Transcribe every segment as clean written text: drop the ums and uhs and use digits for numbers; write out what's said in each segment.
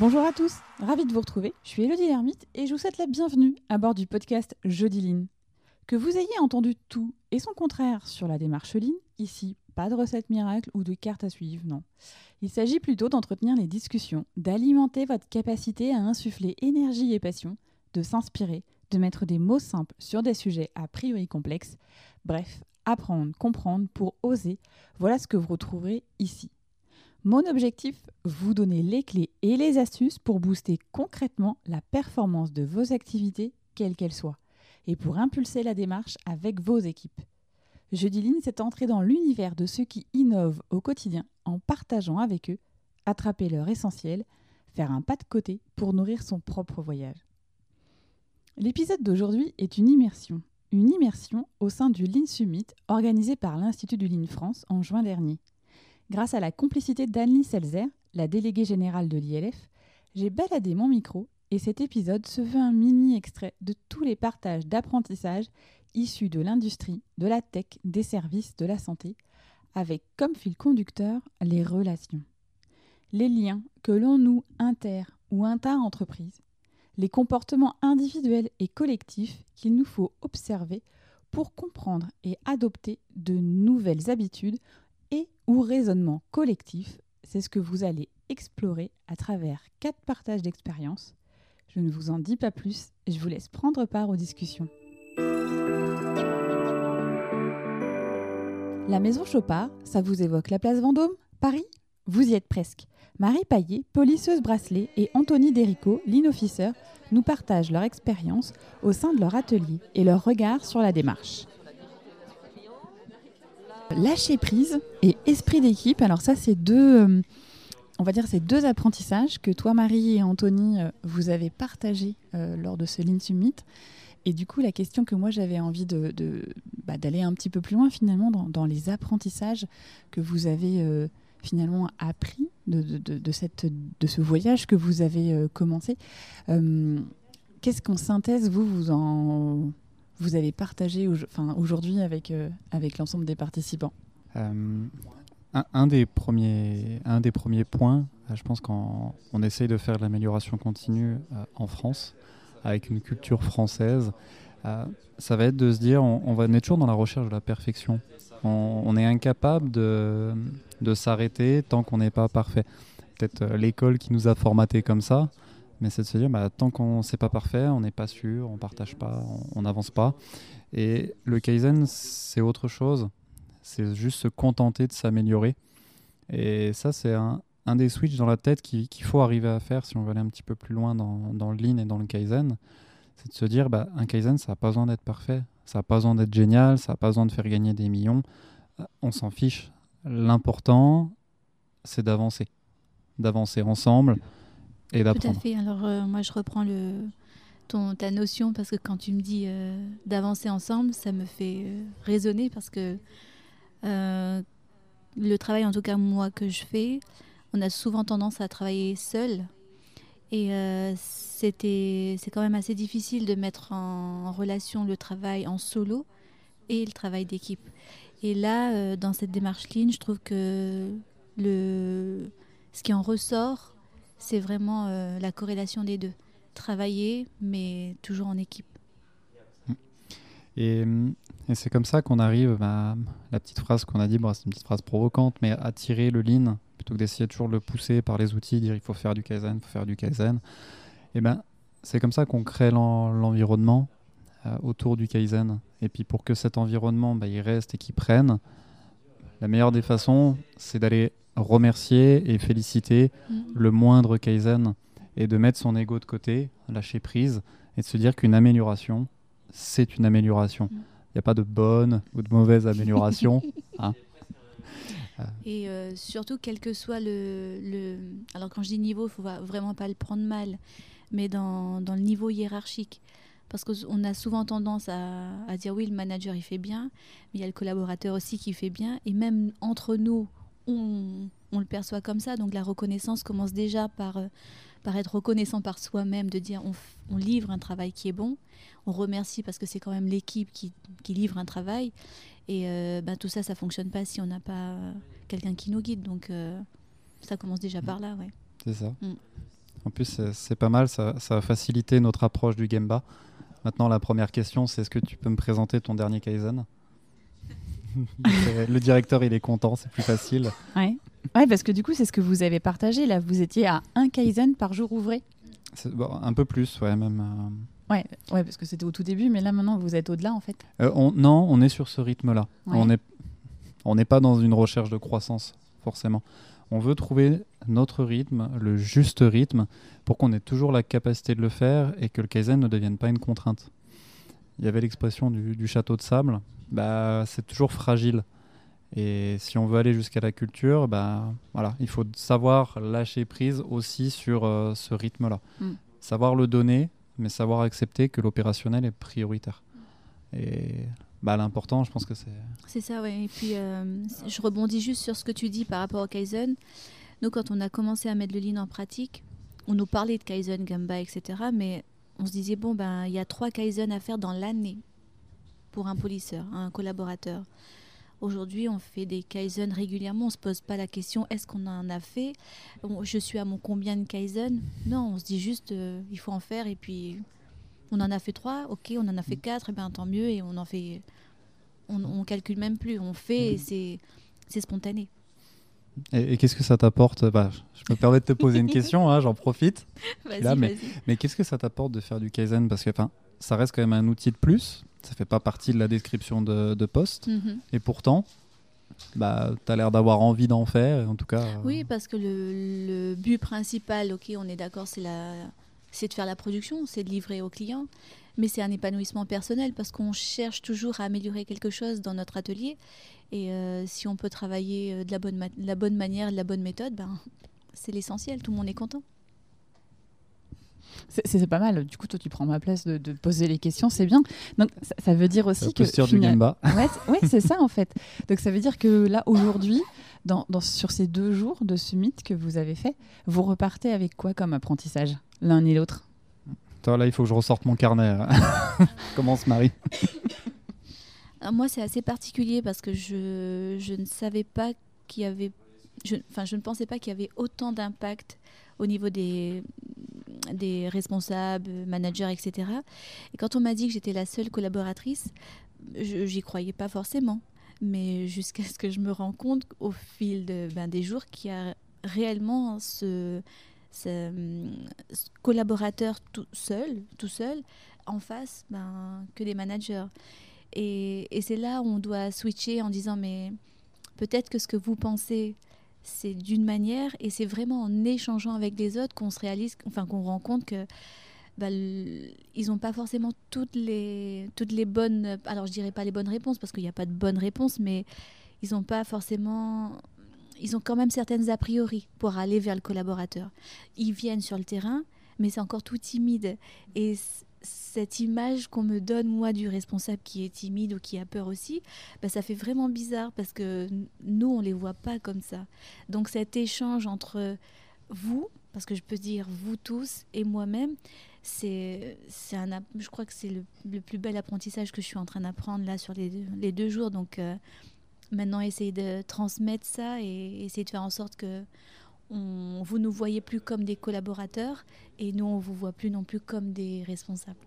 Bonjour à tous, ravie de vous retrouver. Je suis Elodie Lermite et je vous souhaite la bienvenue à bord du podcast Jeudi Lean. Que vous ayez entendu tout et son contraire sur la démarche Lean, ici, pas de recette miracle ou de carte à suivre, non. Il s'agit plutôt d'entretenir les discussions, d'alimenter votre capacité à insuffler énergie et passion, de s'inspirer, de mettre des mots simples sur des sujets a priori complexes. Bref, apprendre, comprendre pour oser, voilà ce que vous retrouverez ici. Mon objectif, vous donner les clés et les astuces pour booster concrètement la performance de vos activités, quelles qu'elles soient, et pour impulser la démarche avec vos équipes. Jeudi Lean, c'est entrer dans l'univers de ceux qui innovent au quotidien en partageant avec eux, attraper leur essentiel, faire un pas de côté pour nourrir son propre voyage. L'épisode d'aujourd'hui est une immersion au sein du Lean Summit organisé par l'Institut du Lean France en juin dernier. Grâce à la complicité d'Anne-Lie Selzer, la déléguée générale de l'ILF, j'ai baladé mon micro et cet épisode se veut un mini-extrait de tous les partages d'apprentissage issus de l'industrie, de la tech, des services, de la santé, avec comme fil conducteur les relations. Les liens que l'on noue inter- ou intra-entreprises, les comportements individuels et collectifs qu'il nous faut observer pour comprendre et adopter de nouvelles habitudes et ou raisonnement collectif, c'est ce que vous allez explorer à travers 4 partages d'expériences. Je ne vous en dis pas plus, je vous laisse prendre part aux discussions. La maison Chopard, ça vous évoque la place Vendôme, Paris ? Vous y êtes presque. Marie Paillet, polisseuse bracelet, et Anthony Derico, lean officer, nous partagent leur expérience au sein de leur atelier et leur regard sur la démarche. Lâcher prise et esprit d'équipe, alors ça c'est deux apprentissages que toi Marie et Anthony vous avez partagés lors de ce Lean Summit. Et du coup la question que moi j'avais envie d'aller un petit peu plus loin finalement dans les apprentissages que vous avez finalement appris de ce voyage que vous avez commencé. Qu'est-ce qu'en synthèse vous avez partagé aujourd'hui avec l'ensemble des participants? Un des premiers points, je pense qu'on essaye de faire de l'amélioration continue en France, avec une culture française, ça va être de se dire on est toujours dans la recherche de la perfection. On est incapable de s'arrêter tant qu'on n'est pas parfait. Peut-être l'école qui nous a formatés comme ça, mais c'est de se dire tant qu'on c'est pas parfait, on n'est pas sûr, on partage pas, on n'avance pas. Et le Kaizen, c'est autre chose. C'est juste se contenter de s'améliorer. Et ça, c'est un des switches dans la tête qu'il faut arriver à faire si on veut aller un petit peu plus loin dans le Lean et dans le Kaizen. C'est de se dire, un Kaizen, ça n'a pas besoin d'être parfait. Ça n'a pas besoin d'être génial. Ça n'a pas besoin de faire gagner des millions. On s'en fiche. L'important, c'est d'avancer. D'avancer ensemble et d'apprendre. Tout à fait. Alors, moi, je reprends ta notion parce que quand tu me dis d'avancer ensemble, ça me fait résonner parce que le travail, en tout cas moi, que je fais, on a souvent tendance à travailler seul. Et c'est quand même assez difficile de mettre en relation le travail en solo et le travail d'équipe. Et là, dans cette démarche Lean, je trouve que ce qui en ressort, c'est vraiment la corrélation des deux. Travailler, mais toujours en équipe. Et c'est comme ça qu'on arrive à la petite phrase qu'on a dit, c'est une petite phrase provocante, mais à tirer le Lean, plutôt que d'essayer toujours de le pousser par les outils, dire il faut faire du Kaizen, Et c'est comme ça qu'on crée l'environnement autour du Kaizen. Et puis pour que cet environnement il reste et qu'il prenne, la meilleure des façons, c'est d'aller remercier et féliciter le moindre Kaizen et de mettre son ego de côté, lâcher prise et de se dire qu'une amélioration, c'est une amélioration. Il n'y a pas de bonne ou de mauvaise amélioration. Et surtout, quel que soit alors quand je dis niveau, il ne faut vraiment pas le prendre mal, mais dans le niveau hiérarchique. Parce qu'on a souvent tendance à dire oui, le manager il fait bien, mais il y a le collaborateur aussi qui fait bien. Et même entre nous, on le perçoit comme ça. Donc la reconnaissance commence déjà par être reconnaissant par soi-même, de dire on livre un travail qui est bon, on remercie parce que c'est quand même l'équipe qui livre un travail. Et tout ça, ça ne fonctionne pas si on n'a pas quelqu'un qui nous guide. Donc ça commence déjà par là, ouais. C'est ça. En plus, c'est pas mal, ça va faciliter notre approche du Gemba. Maintenant, la première question, c'est est-ce que tu peux me présenter ton dernier Kaizen? Le directeur, il est content, c'est plus facile. Ouais, parce que du coup, c'est ce que vous avez partagé. Là, vous étiez à un Kaizen par jour ouvré. Bon, un peu plus, ouais, même. Ouais, parce que c'était au tout début, mais là, maintenant, vous êtes au-delà, en fait. Non, on est sur ce rythme-là. Ouais. On n'est pas dans une recherche de croissance, forcément. On veut trouver notre rythme, le juste rythme, pour qu'on ait toujours la capacité de le faire et que le Kaizen ne devienne pas une contrainte. Il y avait l'expression du château de sable. C'est toujours fragile. Et si on veut aller jusqu'à la culture, voilà, il faut savoir lâcher prise aussi sur ce rythme-là. Savoir le donner, mais savoir accepter que l'opérationnel est prioritaire. Et l'important, je pense que c'est... C'est ça, oui. Et puis, je rebondis juste sur ce que tu dis par rapport au Kaizen. Nous, quand on a commencé à mettre le Lean en pratique, on nous parlait de Kaizen, Gemba, etc. Mais on se disait, il y a 3 Kaizen à faire dans l'année pour un polisseur, un collaborateur. Aujourd'hui, on fait des Kaizen régulièrement. On ne se pose pas la question, est-ce qu'on en a fait? Je suis à mon combien de Kaizen? Non, on se dit juste, il faut en faire. Et puis, on en a fait 3, ok, on en a fait 4, et bien tant mieux. Et on en fait... On calcule même plus, on fait et c'est spontané. Et qu'est-ce que ça t'apporte? Je me permets de te poser une question, hein, j'en profite. Vas-y. Mais qu'est-ce que ça t'apporte de faire du Kaizen? Parce que ça reste quand même un outil de plus, ça fait pas partie de la description de poste. Et pourtant, tu as l'air d'avoir envie d'en faire, en tout cas... Oui, parce que le but principal, ok, on est d'accord, c'est de faire la production, c'est de livrer aux clients. Mais c'est un épanouissement personnel parce qu'on cherche toujours à améliorer quelque chose dans notre atelier. Et si on peut travailler de la bonne manière, de la bonne méthode, c'est l'essentiel. Tout le monde est content. C'est pas mal. Du coup, toi, tu prends ma place de poser les questions. C'est bien. Donc, ça veut dire aussi que... posture du Gemba. Ouais, c'est ça, en fait. Donc, ça veut dire que là, aujourd'hui, sur ces 2 jours de summit que vous avez fait, vous repartez avec quoi comme apprentissage, l'un et l'autre? Là, il faut que je ressorte mon carnet. Commence, Marie. Alors, moi, c'est assez particulier parce que je ne savais pas qu'il y avait... je ne pensais pas qu'il y avait autant d'impact au niveau des responsables, managers, etc. Et quand on m'a dit que j'étais la seule collaboratrice, j'y croyais pas forcément. Mais jusqu'à ce que je me rende compte au fil des jours qu'il y a réellement ce collaborateur tout seul, en face que des managers. Et c'est là où on doit switcher en disant mais peut-être que ce que vous pensez c'est d'une manière et c'est vraiment en échangeant avec les autres qu'on se réalise, qu'on rend compte que ils n'ont pas forcément toutes les bonnes, alors je dirais pas les bonnes réponses parce qu'il n'y a pas de bonnes réponses, mais ils n'ont pas forcément... Ils ont quand même certaines a priori pour aller vers le collaborateur. Ils viennent sur le terrain, mais c'est encore tout timide. Et cette image qu'on me donne, moi, du responsable qui est timide ou qui a peur aussi, ça fait vraiment bizarre parce que nous, on ne les voit pas comme ça. Donc cet échange entre vous, parce que je peux dire vous tous et moi-même, je crois que c'est le plus bel apprentissage que je suis en train d'apprendre là sur les 2 jours. Donc... maintenant, essayer de transmettre ça et essayer de faire en sorte que vous nous voyez plus comme des collaborateurs et nous, on vous voit plus non plus comme des responsables.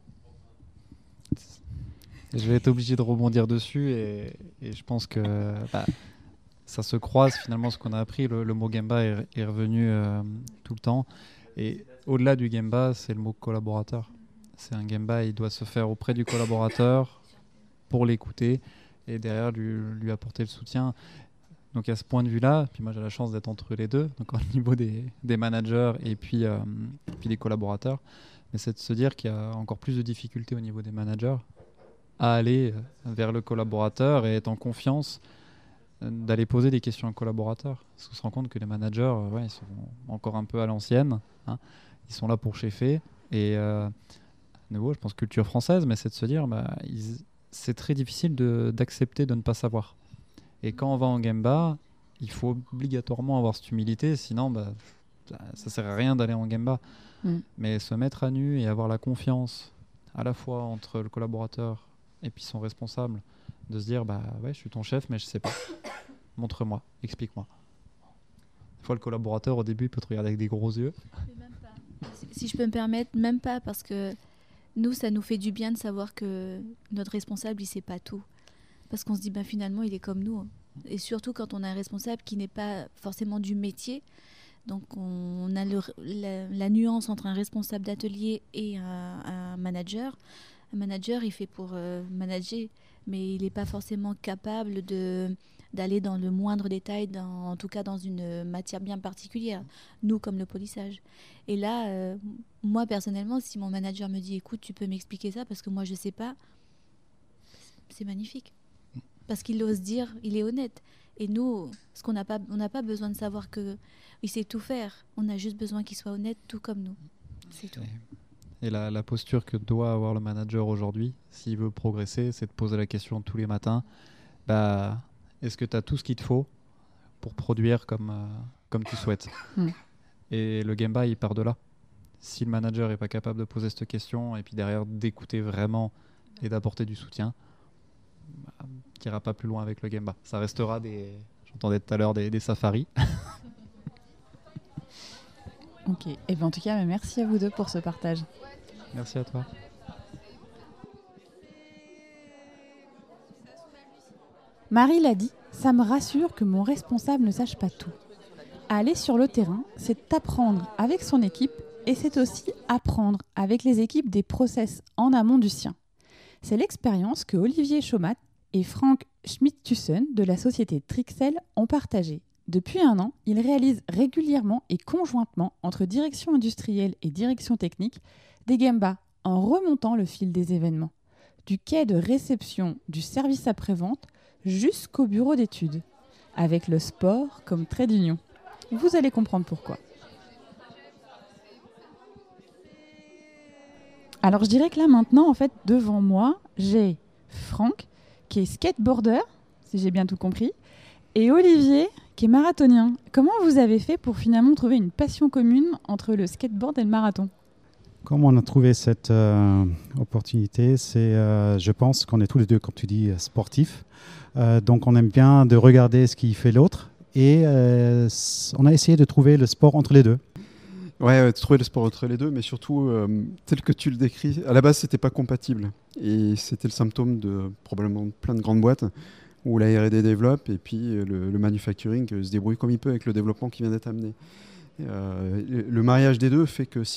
Je vais être obligé de rebondir dessus et je pense que ça se croise finalement ce qu'on a appris. Le mot Gemba est revenu tout le temps. Et au-delà du Gemba, c'est le mot collaborateur. C'est un Gemba, il doit se faire auprès du collaborateur pour l'écouter et derrière lui apporter le soutien. Donc à ce point de vue-là, puis moi j'ai la chance d'être entre les deux, donc au niveau des managers et puis des collaborateurs, mais c'est de se dire qu'il y a encore plus de difficultés au niveau des managers à aller vers le collaborateur et être en confiance d'aller poser des questions aux collaborateurs. Parce qu'on se rend compte que les managers, ils sont encore un peu à l'ancienne, hein. Ils sont là pour cheffer et à nouveau, je pense culture française, mais c'est de se dire c'est très difficile d'accepter de ne pas savoir. Et quand on va en Gemba, il faut obligatoirement avoir cette humilité, sinon ça sert à rien d'aller en Gemba. Mais se mettre à nu et avoir la confiance à la fois entre le collaborateur et puis son responsable, de se dire je suis ton chef mais je sais pas. Montre-moi, explique-moi. Des fois le collaborateur au début peut te regarder avec des gros yeux. Si je peux me permettre, même pas, parce que nous, ça nous fait du bien de savoir que notre responsable, il sait pas tout. Parce qu'on se dit, finalement, il est comme nous. Et surtout quand on a un responsable qui n'est pas forcément du métier. Donc, on a la nuance entre un responsable d'atelier et un manager. Un manager, il fait pour manager, mais il n'est pas forcément capable d'aller dans le moindre détail, en tout cas dans une matière bien particulière, nous comme le polissage. Et là, moi personnellement, si mon manager me dit écoute, tu peux m'expliquer ça parce que moi je ne sais pas, c'est magnifique. Parce qu'il ose dire, il est honnête. Et nous, on n'a pas besoin de savoir qu'il sait tout faire, on a juste besoin qu'il soit honnête tout comme nous. C'est tout. Et la posture que doit avoir le manager aujourd'hui, s'il veut progresser, c'est de poser la question tous les matins, est-ce que tu as tout ce qu'il te faut pour produire comme tu souhaites Et le Gemba, il part de là. Si le manager n'est pas capable de poser cette question et puis derrière d'écouter vraiment et d'apporter du soutien, qui n'ira pas plus loin avec le Gemba. Ça restera j'entendais tout à l'heure des safaris. Ok, et en tout cas, merci à vous deux pour ce partage. Merci à toi. Marie l'a dit, ça me rassure que mon responsable ne sache pas tout. Aller sur le terrain, c'est apprendre avec son équipe et c'est aussi apprendre avec les équipes des process en amont du sien. C'est l'expérience que Olivier Chaumat et Frank Schmidt-Thyssen de la société Trixel ont partagée. Depuis 1 an, ils réalisent régulièrement et conjointement entre direction industrielle et direction technique des Gemba en remontant le fil des événements, du quai de réception du service après-vente jusqu'au bureau d'études, avec le sport comme trait d'union. Vous allez comprendre pourquoi. Alors je dirais que là maintenant, en fait, devant moi, j'ai Franck, qui est skateboarder, si j'ai bien tout compris, et Olivier, qui est marathonien. Comment vous avez fait pour finalement trouver une passion commune entre le skateboard et le marathon ? Comment on a trouvé cette opportunité, c'est, je pense qu'on est tous les deux, comme tu dis, sportifs. Donc on aime bien de regarder ce qui fait l'autre et on a essayé de trouver le sport entre les deux. Ouais, trouver le sport entre les deux, mais surtout, tel que tu le décris, à la base, c'était pas compatible. Et c'était le symptôme de probablement plein de grandes boîtes où la R&D développe et puis le manufacturing se débrouille comme il peut avec le développement qui vient d'être amené. Le mariage des deux fait que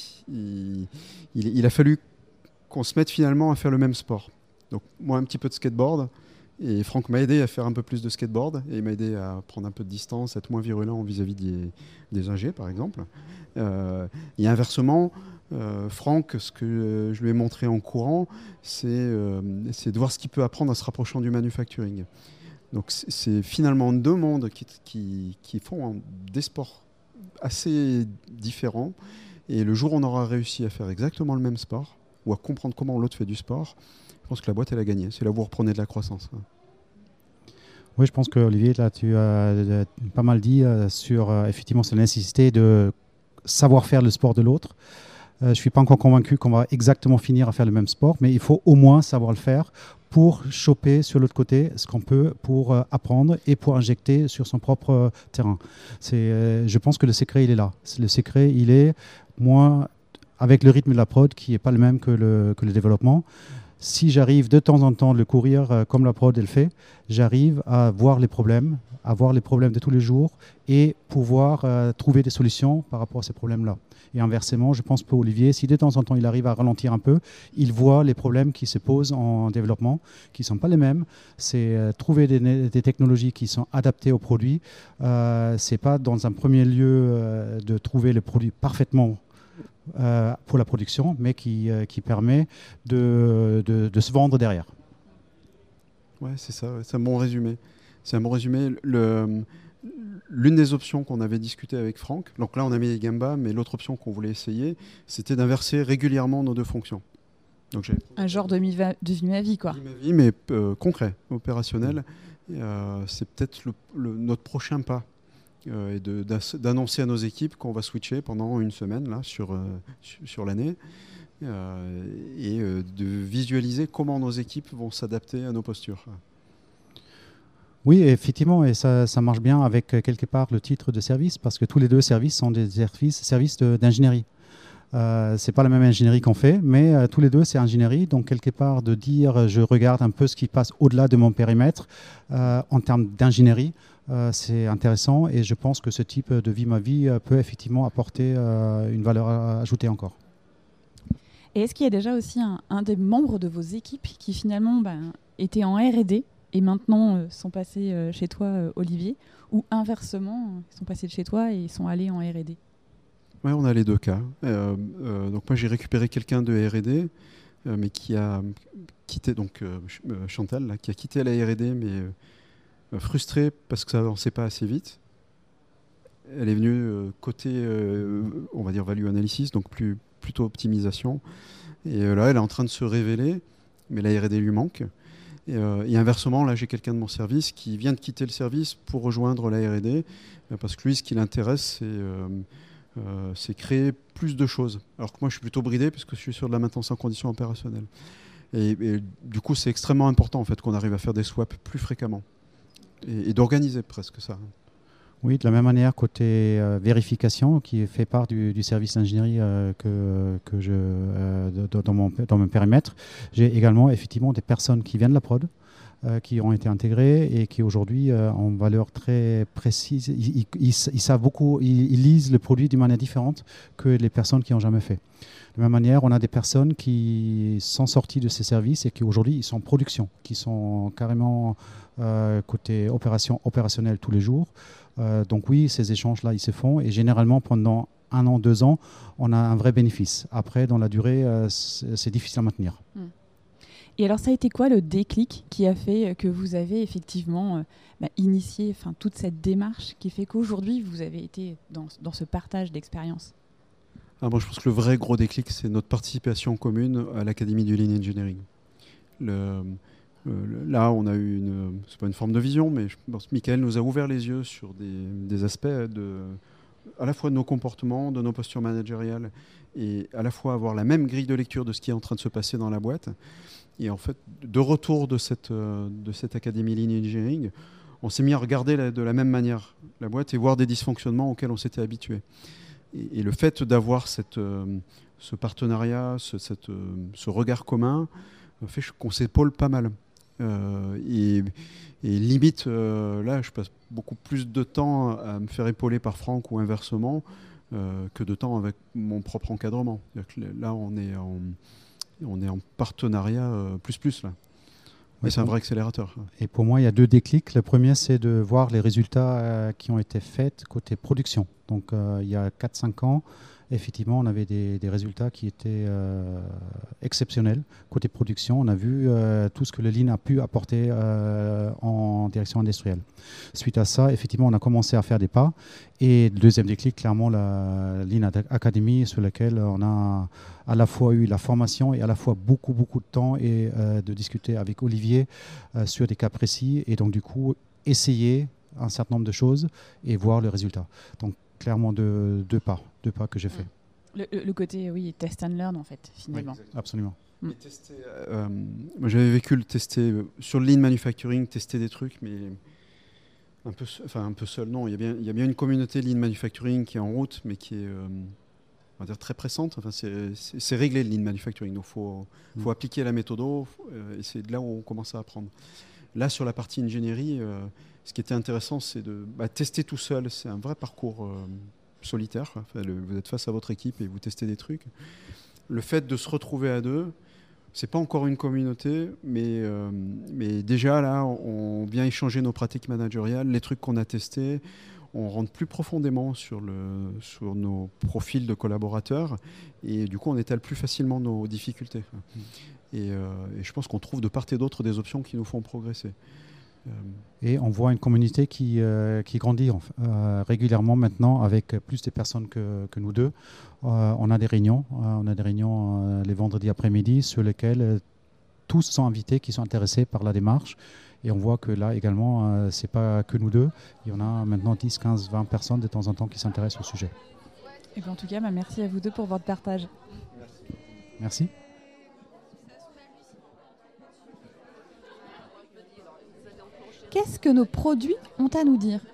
il a fallu qu'on se mette finalement à faire le même sport. Donc moi, un petit peu de skateboard. Et Franck m'a aidé à faire un peu plus de skateboard et il m'a aidé à prendre un peu de distance, être moins virulent vis-à-vis des ingés, par exemple. Et inversement, Franck, ce que je lui ai montré en courant, c'est de voir ce qu'il peut apprendre en se rapprochant du manufacturing. Donc c'est finalement 2 mondes qui font des sports assez différents. Et le jour où on aura réussi à faire exactement le même sport, ou à comprendre comment l'autre fait du sport, je pense que la boîte, elle a gagné. C'est là où vous reprenez de la croissance. Oui, je pense que Olivier, là, tu as pas mal dit sur effectivement cette nécessité de savoir faire le sport de l'autre. Je ne suis pas encore convaincu qu'on va exactement finir à faire le même sport, mais il faut au moins savoir le faire pour choper sur l'autre côté ce qu'on peut pour apprendre et pour injecter sur son propre terrain. Je pense que le secret, il est là. Le secret, il est, moi, avec le rythme de la prod qui n'est pas le même que le développement. Si j'arrive de temps en temps de le courir comme la prod elle fait, j'arrive à voir les problèmes de tous les jours et pouvoir trouver des solutions par rapport à ces problèmes-là. Et inversement, je pense pour Olivier, si de temps en temps il arrive à ralentir un peu, il voit les problèmes qui se posent en développement, qui ne sont pas les mêmes. C'est trouver des technologies qui sont adaptées aux produits. Ce n'est pas dans un premier lieu de trouver le produit parfaitement pour la production, mais qui permet de se vendre derrière. Ouais, c'est ça, c'est un bon résumé. L'une des options qu'on avait discuté avec Franck, donc là on a mis les Gemba, mais l'autre option qu'on voulait essayer, c'était d'inverser régulièrement nos 2 fonctions. Donc un genre de vie, quoi. Vie, mais concret, opérationnel. C'est peut-être notre prochain pas. Et d'annoncer à nos équipes qu'on va switcher pendant 1 semaine là, sur l'année et de visualiser comment nos équipes vont s'adapter à nos postures. Oui, effectivement, et ça marche bien avec quelque part le titre de service parce que tous les 2 services sont des services d'ingénierie. C'est pas la même ingénierie qu'on fait, mais tous les deux, c'est ingénierie. Donc, quelque part, de dire je regarde un peu ce qui passe au-delà de mon périmètre en termes d'ingénierie, c'est intéressant. Et je pense que ce type de vie ma vie peut effectivement apporter une valeur ajoutée encore. Et est-ce qu'il y a déjà aussi un des membres de vos équipes qui finalement était en R&D et maintenant sont passés chez toi, Olivier, ou inversement, ils sont passés de chez toi et ils sont allés en R&D? Ouais, on a les deux cas. Donc moi j'ai récupéré quelqu'un de R&D, mais qui a quitté, donc Chantal, là, qui a quitté la R&D, mais frustrée parce que ça n'avançait pas assez vite. Elle est venue côté, on va dire, value analysis, donc plutôt optimisation. Et là, elle est en train de se révéler, mais la R&D lui manque. Et inversement, là, j'ai quelqu'un de mon service qui vient de quitter le service pour rejoindre la R&D, parce que lui, ce qui l'intéresse, c'est créer plus de choses. Alors que moi, je suis plutôt bridé, puisque je suis sur de la maintenance en conditions opérationnelles. Et du coup, c'est extrêmement important en fait, qu'on arrive à faire des swaps plus fréquemment. Et d'organiser presque ça. Oui, de la même manière, côté vérification, qui fait part du service d'ingénierie dans mon périmètre, j'ai également effectivement des personnes qui viennent de la prod, qui ont été intégrés et qui aujourd'hui ont une valeur très précise. Ils savent beaucoup, ils lisent le produit d'une manière différente que les personnes qui n'ont jamais fait. De la même manière, on a des personnes qui sont sorties de ces services et qui aujourd'hui ils sont en production, qui sont carrément côté opérationnel tous les jours. Donc oui, ces échanges-là, ils se font et généralement pendant 1 an, 2 ans, on a un vrai bénéfice. Après, dans la durée, c'est difficile à maintenir. Et alors, ça a été quoi le déclic qui a fait que vous avez effectivement initié toute cette démarche qui fait qu'aujourd'hui, vous avez été dans ce partage d'expérience? Moi, je pense que le vrai gros déclic, c'est notre participation commune à l'Académie du Lean Engineering. Là, on a eu c'est pas une forme de vision, mais je pense que Michael nous a ouvert les yeux sur des aspects à la fois de nos comportements, de nos postures managériales, et à la fois avoir la même grille de lecture de ce qui est en train de se passer dans la boîte. Et en fait, de retour de cette Académie Lean Engineering, on s'est mis à regarder de la même manière la boîte et voir des dysfonctionnements auxquels on s'était habitué. Et le fait d'avoir ce partenariat, ce regard commun, fait qu'on s'épaule pas mal. Et limite, là, je passe beaucoup plus de temps à me faire épauler par Franck ou inversement que de temps avec mon propre encadrement. Là, on est en partenariat plus là. Mais c'est un vrai accélérateur. Et pour moi, il y a 2 déclics. Le premier, c'est de voir les résultats qui ont été faits côté production. Donc, il y a 4-5 ans, effectivement, on avait des résultats qui étaient exceptionnels. Côté production, on a vu tout ce que le Lean a pu apporter en direction industrielle. Suite à ça, effectivement, on a commencé à faire des pas. Et le deuxième déclic, clairement, la Lean Academy, sur laquelle on a à la fois eu la formation et à la fois beaucoup de temps et de discuter avec Olivier sur des cas précis. Et donc, du coup, essayer un certain nombre de choses et voir le résultat. Donc, clairement, deux pas que j'ai fait. Le côté, oui, test and learn, en fait, finalement. Oui, absolument. Et tester, moi, j'avais vécu le tester sur le lean manufacturing, tester des trucs, mais un peu seul. Non, il y a bien une communauté lean manufacturing qui est en route, mais qui est on va dire très pressante. Enfin, c'est réglé le lean manufacturing. Donc, faut appliquer la méthode, et c'est de là où on commence à apprendre. Là, sur la partie ingénierie, ce qui était intéressant, c'est de tester tout seul. C'est un vrai parcours solitaire. Enfin, vous êtes face à votre équipe et vous testez des trucs. Le fait de se retrouver à deux, c'est pas encore une communauté, mais déjà là, on vient échanger nos pratiques managériales, les trucs qu'on a testés. On rentre plus profondément sur nos profils de collaborateurs et du coup, on étale plus facilement nos difficultés. Et je pense qu'on trouve de part et d'autre des options qui nous font progresser. Et on voit une communauté qui grandit régulièrement maintenant avec plus de personnes que nous deux. On a des réunions, les vendredis après-midi sur lesquelles tous sont invités qui sont intéressés par la démarche. Et on voit que là également, ce n'est pas que nous deux. Il y en a maintenant 10, 15, 20 personnes de temps en temps qui s'intéressent au sujet. Et bien, en tout cas, merci à vous deux pour votre partage. Merci. Qu'est-ce que nos produits ont à nous dire ?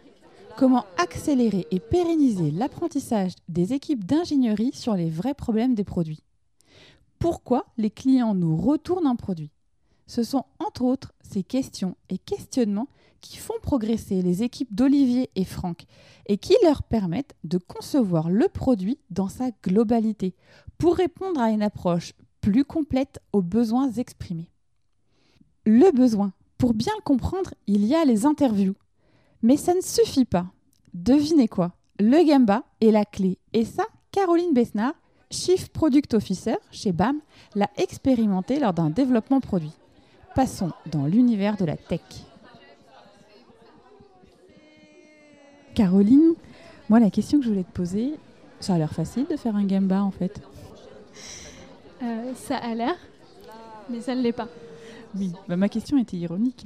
Comment accélérer et pérenniser l'apprentissage des équipes d'ingénierie sur les vrais problèmes des produits? Pourquoi les clients nous retournent un produit? Ce sont entre autres ces questions et questionnements qui font progresser les équipes d'Olivier et Franck et qui leur permettent de concevoir le produit dans sa globalité pour répondre à une approche plus complète aux besoins exprimés. Le besoin, pour bien le comprendre, il y a les interviews. Mais ça ne suffit pas. Devinez quoi? Le Gemba est la clé. Et ça, Caroline Besnard, Chief Product Officer chez BAM, l'a expérimenté lors d'un développement produit. Passons dans l'univers de la tech. Caroline, moi la question que je voulais te poser, ça a l'air facile de faire un Gemba en fait. Ça a l'air, mais ça ne l'est pas. Oui, ma question était ironique.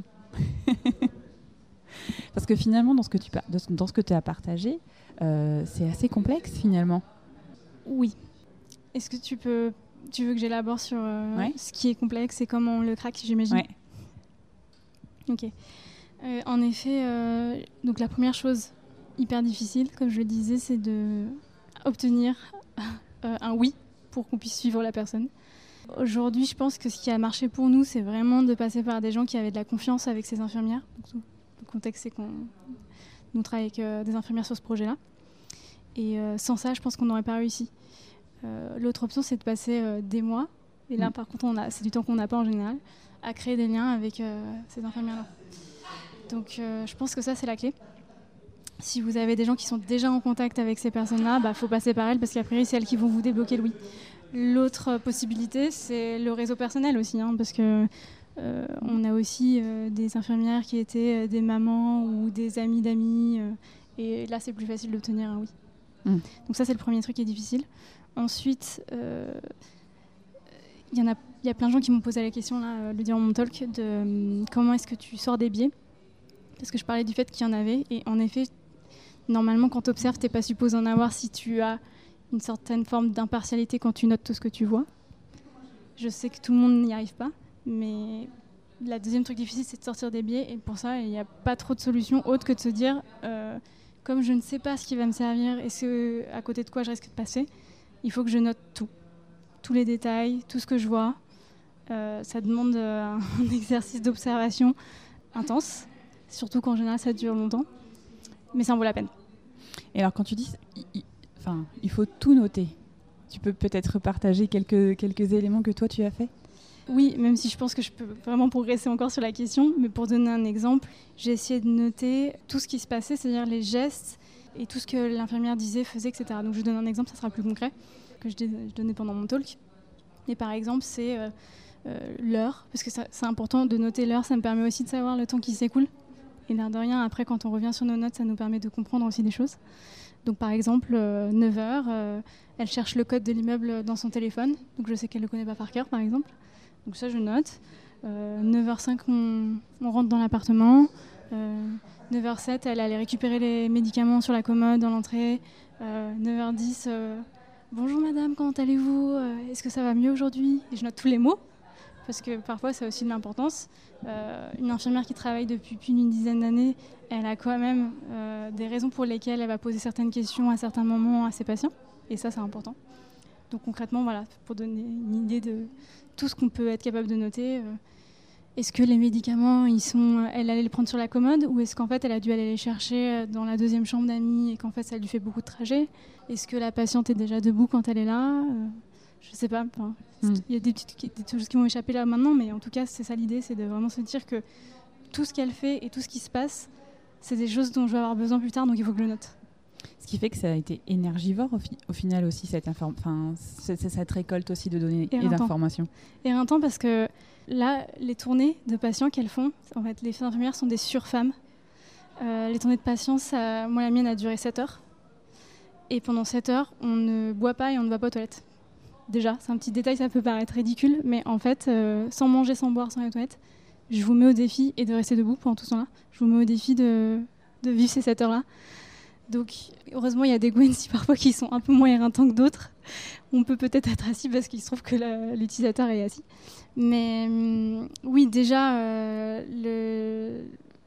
Parce que finalement, dans ce que tu as partagé, c'est assez complexe finalement. Oui. Est-ce que tu veux que j'élabore sur ce qui est complexe et comment on le craque, j'imagine? Ouais. Ok. En effet, donc la première chose hyper difficile, comme je le disais, c'est d'obtenir un oui pour qu'on puisse suivre la personne. Aujourd'hui, je pense que ce qui a marché pour nous, c'est vraiment de passer par des gens qui avaient de la confiance avec ces infirmières. Donc, le contexte, c'est qu'on travaille avec des infirmières sur ce projet-là. Et sans ça, je pense qu'on n'aurait pas réussi. L'autre option, c'est de passer des mois, et là, par contre, c'est du temps qu'on n'a pas en général, à créer des liens avec ces infirmières-là. Donc, je pense que ça, c'est la clé. Si vous avez des gens qui sont déjà en contact avec ces personnes-là, faut passer par elles, parce qu'après, c'est elles qui vont vous débloquer le oui. L'autre possibilité, c'est le réseau personnel aussi, parce que on a aussi des infirmières qui étaient des mamans ou des amis d'amis, et là, c'est plus facile d'obtenir un oui. Donc ça, c'est le premier truc qui est difficile. Ensuite, il y a plein de gens qui m'ont posé la question, là, le durant mon talk, de comment est-ce que tu sors des biais? Parce que je parlais du fait qu'il y en avait, et en effet, normalement, quand tu observes, tu n'es pas supposé en avoir si tu as une certaine forme d'impartialité quand tu notes tout ce que tu vois. Je sais que tout le monde n'y arrive pas, mais la deuxième truc difficile, c'est de sortir des biais, et pour ça, il n'y a pas trop de solutions autres que de se dire, comme je ne sais pas ce qui va me servir et à côté de quoi je risque de passer, il faut que je note tout. Tous les détails, tout ce que je vois. Ça demande un exercice d'observation intense, surtout qu'en général, ça dure longtemps. Mais ça en vaut la peine. Et alors, quand tu dis il faut tout noter, tu peux peut-être partager quelques éléments que toi, tu as fait? Oui, même si je pense que je peux vraiment progresser encore sur la question. Mais pour donner un exemple, j'ai essayé de noter tout ce qui se passait, c'est-à-dire les gestes et tout ce que l'infirmière disait, faisait, etc. Donc je donne un exemple, ça sera plus concret, que je donnais pendant mon talk. Et par exemple, c'est l'heure, parce que c'est important de noter l'heure, ça me permet aussi de savoir le temps qui s'écoule. Et l'air de rien, après, quand on revient sur nos notes, ça nous permet de comprendre aussi des choses. Donc par exemple, 9h, elle cherche le code de l'immeuble dans son téléphone, donc je sais qu'elle ne le connaît pas par cœur, par exemple. Donc ça, je note. 9h05, on rentre dans l'appartement. 9h07, elle allait récupérer les médicaments sur la commode dans l'entrée. 9h10, bonjour madame, comment allez-vous? Est-ce que ça va mieux aujourd'hui? Et je note tous les mots, parce que parfois ça a aussi de l'importance. Une infirmière qui travaille depuis plus d'une dizaine d'années, elle a quand même des raisons pour lesquelles elle va poser certaines questions à certains moments à ses patients. Et ça, c'est important. Donc concrètement, voilà, pour donner une idée de tout ce qu'on peut être capable de noter. Est-ce que les médicaments, elle allait les prendre sur la commode, ou est-ce qu'en fait elle a dû aller les chercher dans la deuxième chambre d'amis et qu'en fait ça lui fait beaucoup de trajets? Est-ce que la patiente est déjà debout quand elle est là? Je ne sais pas. Il y a des choses qui m'ont échappé là maintenant, mais en tout cas c'est ça l'idée, c'est de vraiment se dire que tout ce qu'elle fait et tout ce qui se passe, c'est des choses dont je vais avoir besoin plus tard, donc il faut que je le note. Ce qui fait que ça a été énergivore au final aussi, cette récolte aussi de données et d'informations. Éreintant parce que là, les tournées de patients qu'elles font, en fait, les infirmières sont des surfemmes. Les tournées de patients, moi la mienne a duré 7 heures. Et pendant 7 heures, on ne boit pas et on ne va pas aux toilettes. Déjà, c'est un petit détail, ça peut paraître ridicule, mais en fait, sans manger, sans boire, sans aller aux toilettes, je vous mets au défi, et de rester debout pendant tout ce temps-là, je vous mets au défi de vivre ces 7 heures-là. Donc, heureusement, il y a des Gwency parfois qui sont un peu moins éreintants que d'autres. On peut peut-être être assis parce qu'il se trouve que l'utilisateur est assis. Mais oui, déjà, je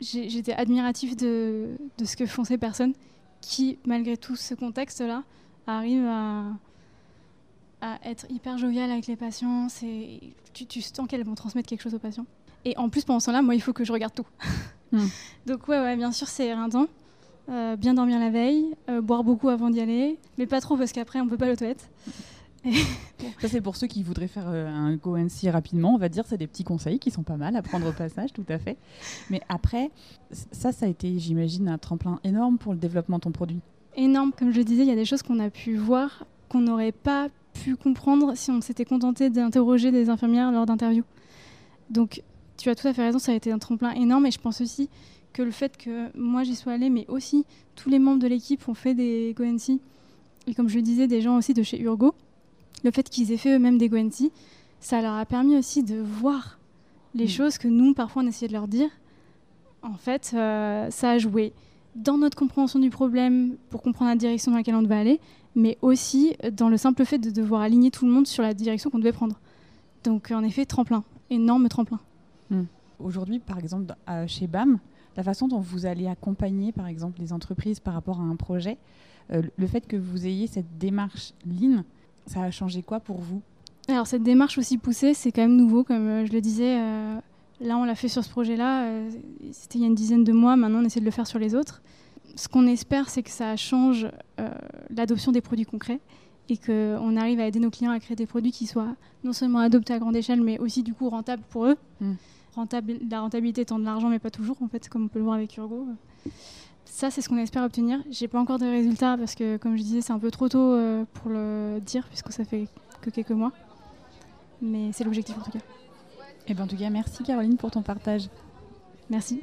j'étais admirative de ce que font ces personnes qui, malgré tout ce contexte-là, arrivent à être hyper joviales avec les patients. Tu sens qu'elles vont transmettre quelque chose aux patients. Et en plus, pendant ce temps-là, moi, il faut que je regarde tout. Donc ouais, bien sûr, c'est éreintant. Bien dormir la veille, boire beaucoup avant d'y aller, mais pas trop parce qu'après, on peut pas aller aux toilettes. Ça, c'est pour ceux qui voudraient faire un go-NC rapidement. On va dire c'est des petits conseils qui sont pas mal à prendre au passage, tout à fait. Mais après, ça a été, j'imagine, un tremplin énorme pour le développement de ton produit. Énorme. Comme je le disais, il y a des choses qu'on a pu voir qu'on n'aurait pas pu comprendre si on s'était contenté d'interroger des infirmières lors d'interviews. Donc, tu as tout à fait raison, ça a été un tremplin énorme. Et je pense aussi que le fait que moi, j'y sois allée, mais aussi tous les membres de l'équipe ont fait des go-NC. Et comme je le disais, des gens aussi de chez Urgo. Le fait qu'ils aient fait eux-mêmes des go-NC, ça leur a permis aussi de voir les choses que nous, parfois, on essayait de leur dire. En fait, ça a joué dans notre compréhension du problème pour comprendre la direction dans laquelle on devait aller, mais aussi dans le simple fait de devoir aligner tout le monde sur la direction qu'on devait prendre. Donc, en effet, tremplin, énorme tremplin. Aujourd'hui, par exemple, chez BAM, la façon dont vous allez accompagner, par exemple, les entreprises par rapport à un projet, le fait que vous ayez cette démarche Lean, ça a changé quoi pour vous ? Alors cette démarche aussi poussée, c'est quand même nouveau, comme je le disais. Là, on l'a fait sur ce projet-là, c'était il y a une dizaine de mois, maintenant on essaie de le faire sur les autres. Ce qu'on espère, c'est que ça change l'adoption des produits concrets et qu'on arrive à aider nos clients à créer des produits qui soient non seulement adoptés à grande échelle, mais aussi du coup rentables pour eux. La rentabilité étant de l'argent, mais pas toujours, en fait, comme on peut le voir avec Urgo. Ça, c'est ce qu'on espère obtenir. J'ai pas encore de résultats parce que, comme je disais, c'est un peu trop tôt pour le dire, puisque ça fait que quelques mois. Mais c'est l'objectif en tout cas. Et bien, en tout cas, merci Caroline pour ton partage. Merci.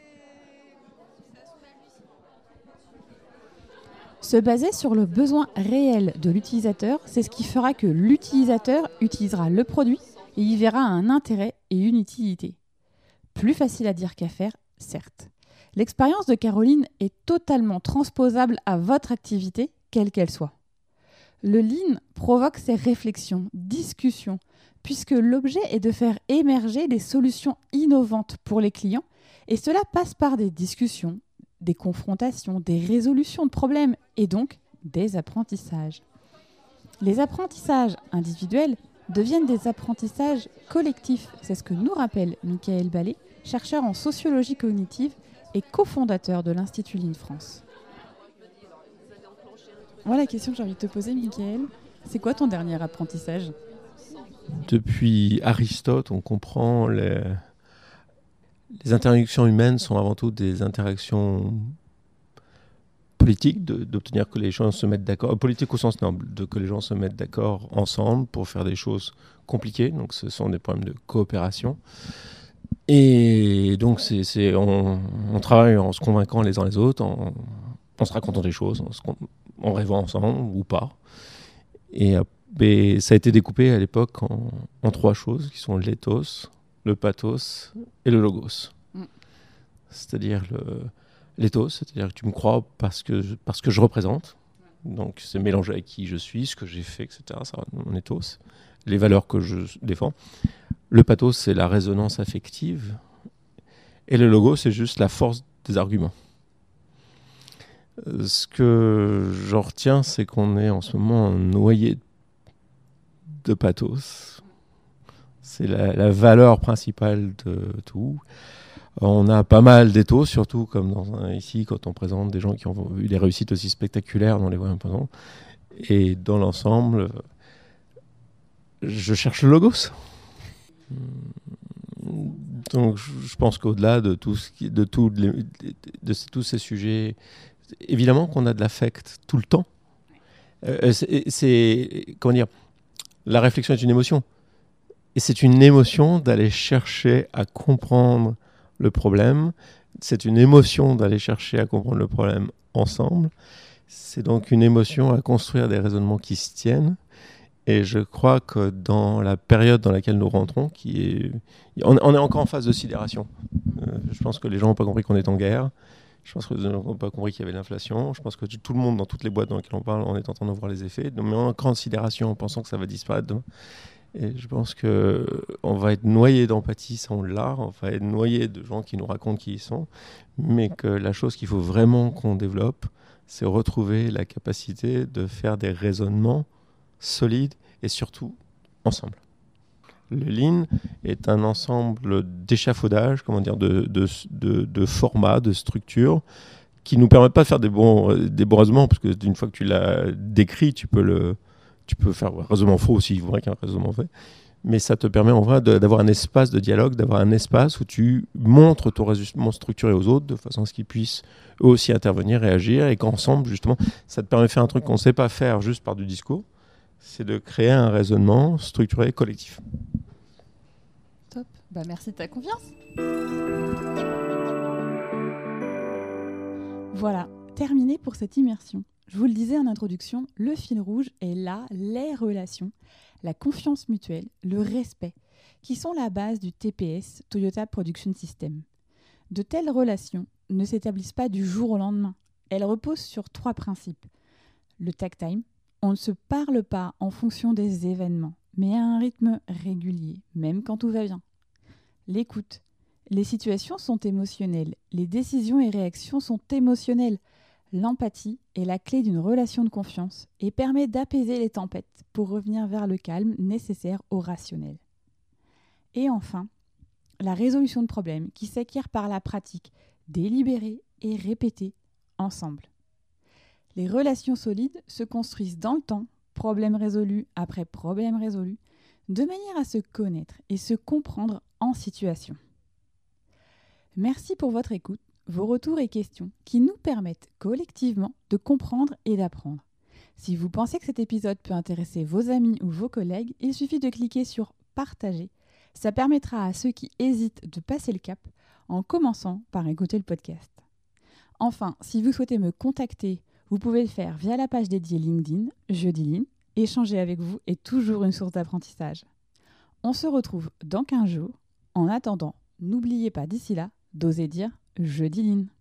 Se baser sur le besoin réel de l'utilisateur, c'est ce qui fera que l'utilisateur utilisera le produit et y verra un intérêt et une utilité. Plus facile à dire qu'à faire, certes. L'expérience de Caroline est totalement transposable à votre activité, quelle qu'elle soit. Le Lean provoque ces réflexions, discussions, puisque l'objet est de faire émerger des solutions innovantes pour les clients, et cela passe par des discussions, des confrontations, des résolutions de problèmes, et donc des apprentissages. Les apprentissages individuels deviennent des apprentissages collectifs, c'est ce que nous rappelle Michael Ballet, chercheur en sociologie cognitive et cofondateur de l'Institut Lean France. Voilà la question que j'ai envie de te poser, Michael. C'est quoi ton dernier apprentissage ? Depuis Aristote, on comprend les interactions humaines sont avant tout des interactions politiques, d'obtenir que les gens se mettent d'accord, politique au sens noble, que les gens se mettent d'accord ensemble pour faire des choses compliquées. Donc ce sont des problèmes de coopération. Et donc, on travaille en se convainquant les uns les autres, en se racontant des choses, en rêvant ensemble ou pas. Et ça a été découpé à l'époque en trois choses, qui sont l'éthos, le pathos et le logos. C'est-à-dire l'éthos, c'est-à-dire que tu me crois parce que je représente. Donc, c'est mélangé avec qui je suis, ce que j'ai fait, etc. Ça, mon éthos, les valeurs que je défends. Le pathos, c'est la résonance affective. Et le logo, c'est juste la force des arguments. Ce que j'en retiens, c'est qu'on est en ce moment noyé de pathos. C'est la valeur principale de tout. On a pas mal d'éthos, surtout comme ici, quand on présente des gens qui ont eu des réussites aussi spectaculaires, on les voit imposants. Et dans l'ensemble, je cherche le logos. Donc je pense qu'au-delà de tous ces sujets, évidemment qu'on a de l'affect tout le temps. Comment dire, la réflexion est une émotion. Et c'est une émotion d'aller chercher à comprendre le problème. C'est une émotion d'aller chercher à comprendre le problème ensemble. C'est donc une émotion à construire des raisonnements qui se tiennent. Et je crois que dans la période dans laquelle nous rentrons, on est encore en phase de sidération. Je pense que les gens n'ont pas compris qu'on est en guerre. Je pense que les gens n'ont pas compris qu'il y avait l'inflation. Je pense que tout le monde, dans toutes les boîtes dans lesquelles on parle, on est en train de voir les effets. Donc, on est encore en sidération en pensant que ça va disparaître demain. Et je pense qu'on va être noyé d'empathie, ça on l'a, on va être noyé de gens qui nous racontent qui ils sont, mais que la chose qu'il faut vraiment qu'on développe, c'est retrouver la capacité de faire des raisonnements solides et surtout ensemble. Le Lean est un ensemble d'échafaudage, de formats, de structures qui nous permettent pas de faire des bons raisonnements, parce que d'une fois que tu l'as décrit, tu peux faire un raisonnement faux aussi, il faudrait qu'il y ait un raisonnement vrai. Mais ça te permet en vrai d'avoir un espace de dialogue, d'avoir un espace où tu montres ton raisonnement structuré aux autres de façon à ce qu'ils puissent eux aussi intervenir, réagir, et qu'ensemble, justement, ça te permet de faire un truc qu'on ne sait pas faire juste par du discours, c'est de créer un raisonnement structuré collectif. Top. Merci de ta confiance. Voilà, terminé pour cette immersion. Je vous le disais en introduction, le fil rouge est là, les relations, la confiance mutuelle, le respect, qui sont la base du TPS, Toyota Production System. De telles relations ne s'établissent pas du jour au lendemain. Elles reposent sur 3 principes. Le tag time, on ne se parle pas en fonction des événements, mais à un rythme régulier, même quand tout va bien. L'écoute. Les situations sont émotionnelles, les décisions et réactions sont émotionnelles. L'empathie est la clé d'une relation de confiance et permet d'apaiser les tempêtes pour revenir vers le calme nécessaire au rationnel. Et enfin, la résolution de problèmes qui s'acquiert par la pratique, délibérée et répétée ensemble. Les relations solides se construisent dans le temps, problème résolu après problème résolu, de manière à se connaître et se comprendre en situation. Merci pour votre écoute, vos retours et questions qui nous permettent collectivement de comprendre et d'apprendre. Si vous pensez que cet épisode peut intéresser vos amis ou vos collègues, il suffit de cliquer sur « Partager ». Ça permettra à ceux qui hésitent de passer le cap en commençant par écouter le podcast. Enfin, si vous souhaitez me contacter, vous pouvez le faire via la page dédiée LinkedIn, Jeudi Lean. Échanger avec vous est toujours une source d'apprentissage. On se retrouve dans 15 jours. En attendant, n'oubliez pas d'ici là d'oser dire Jeudi Lean.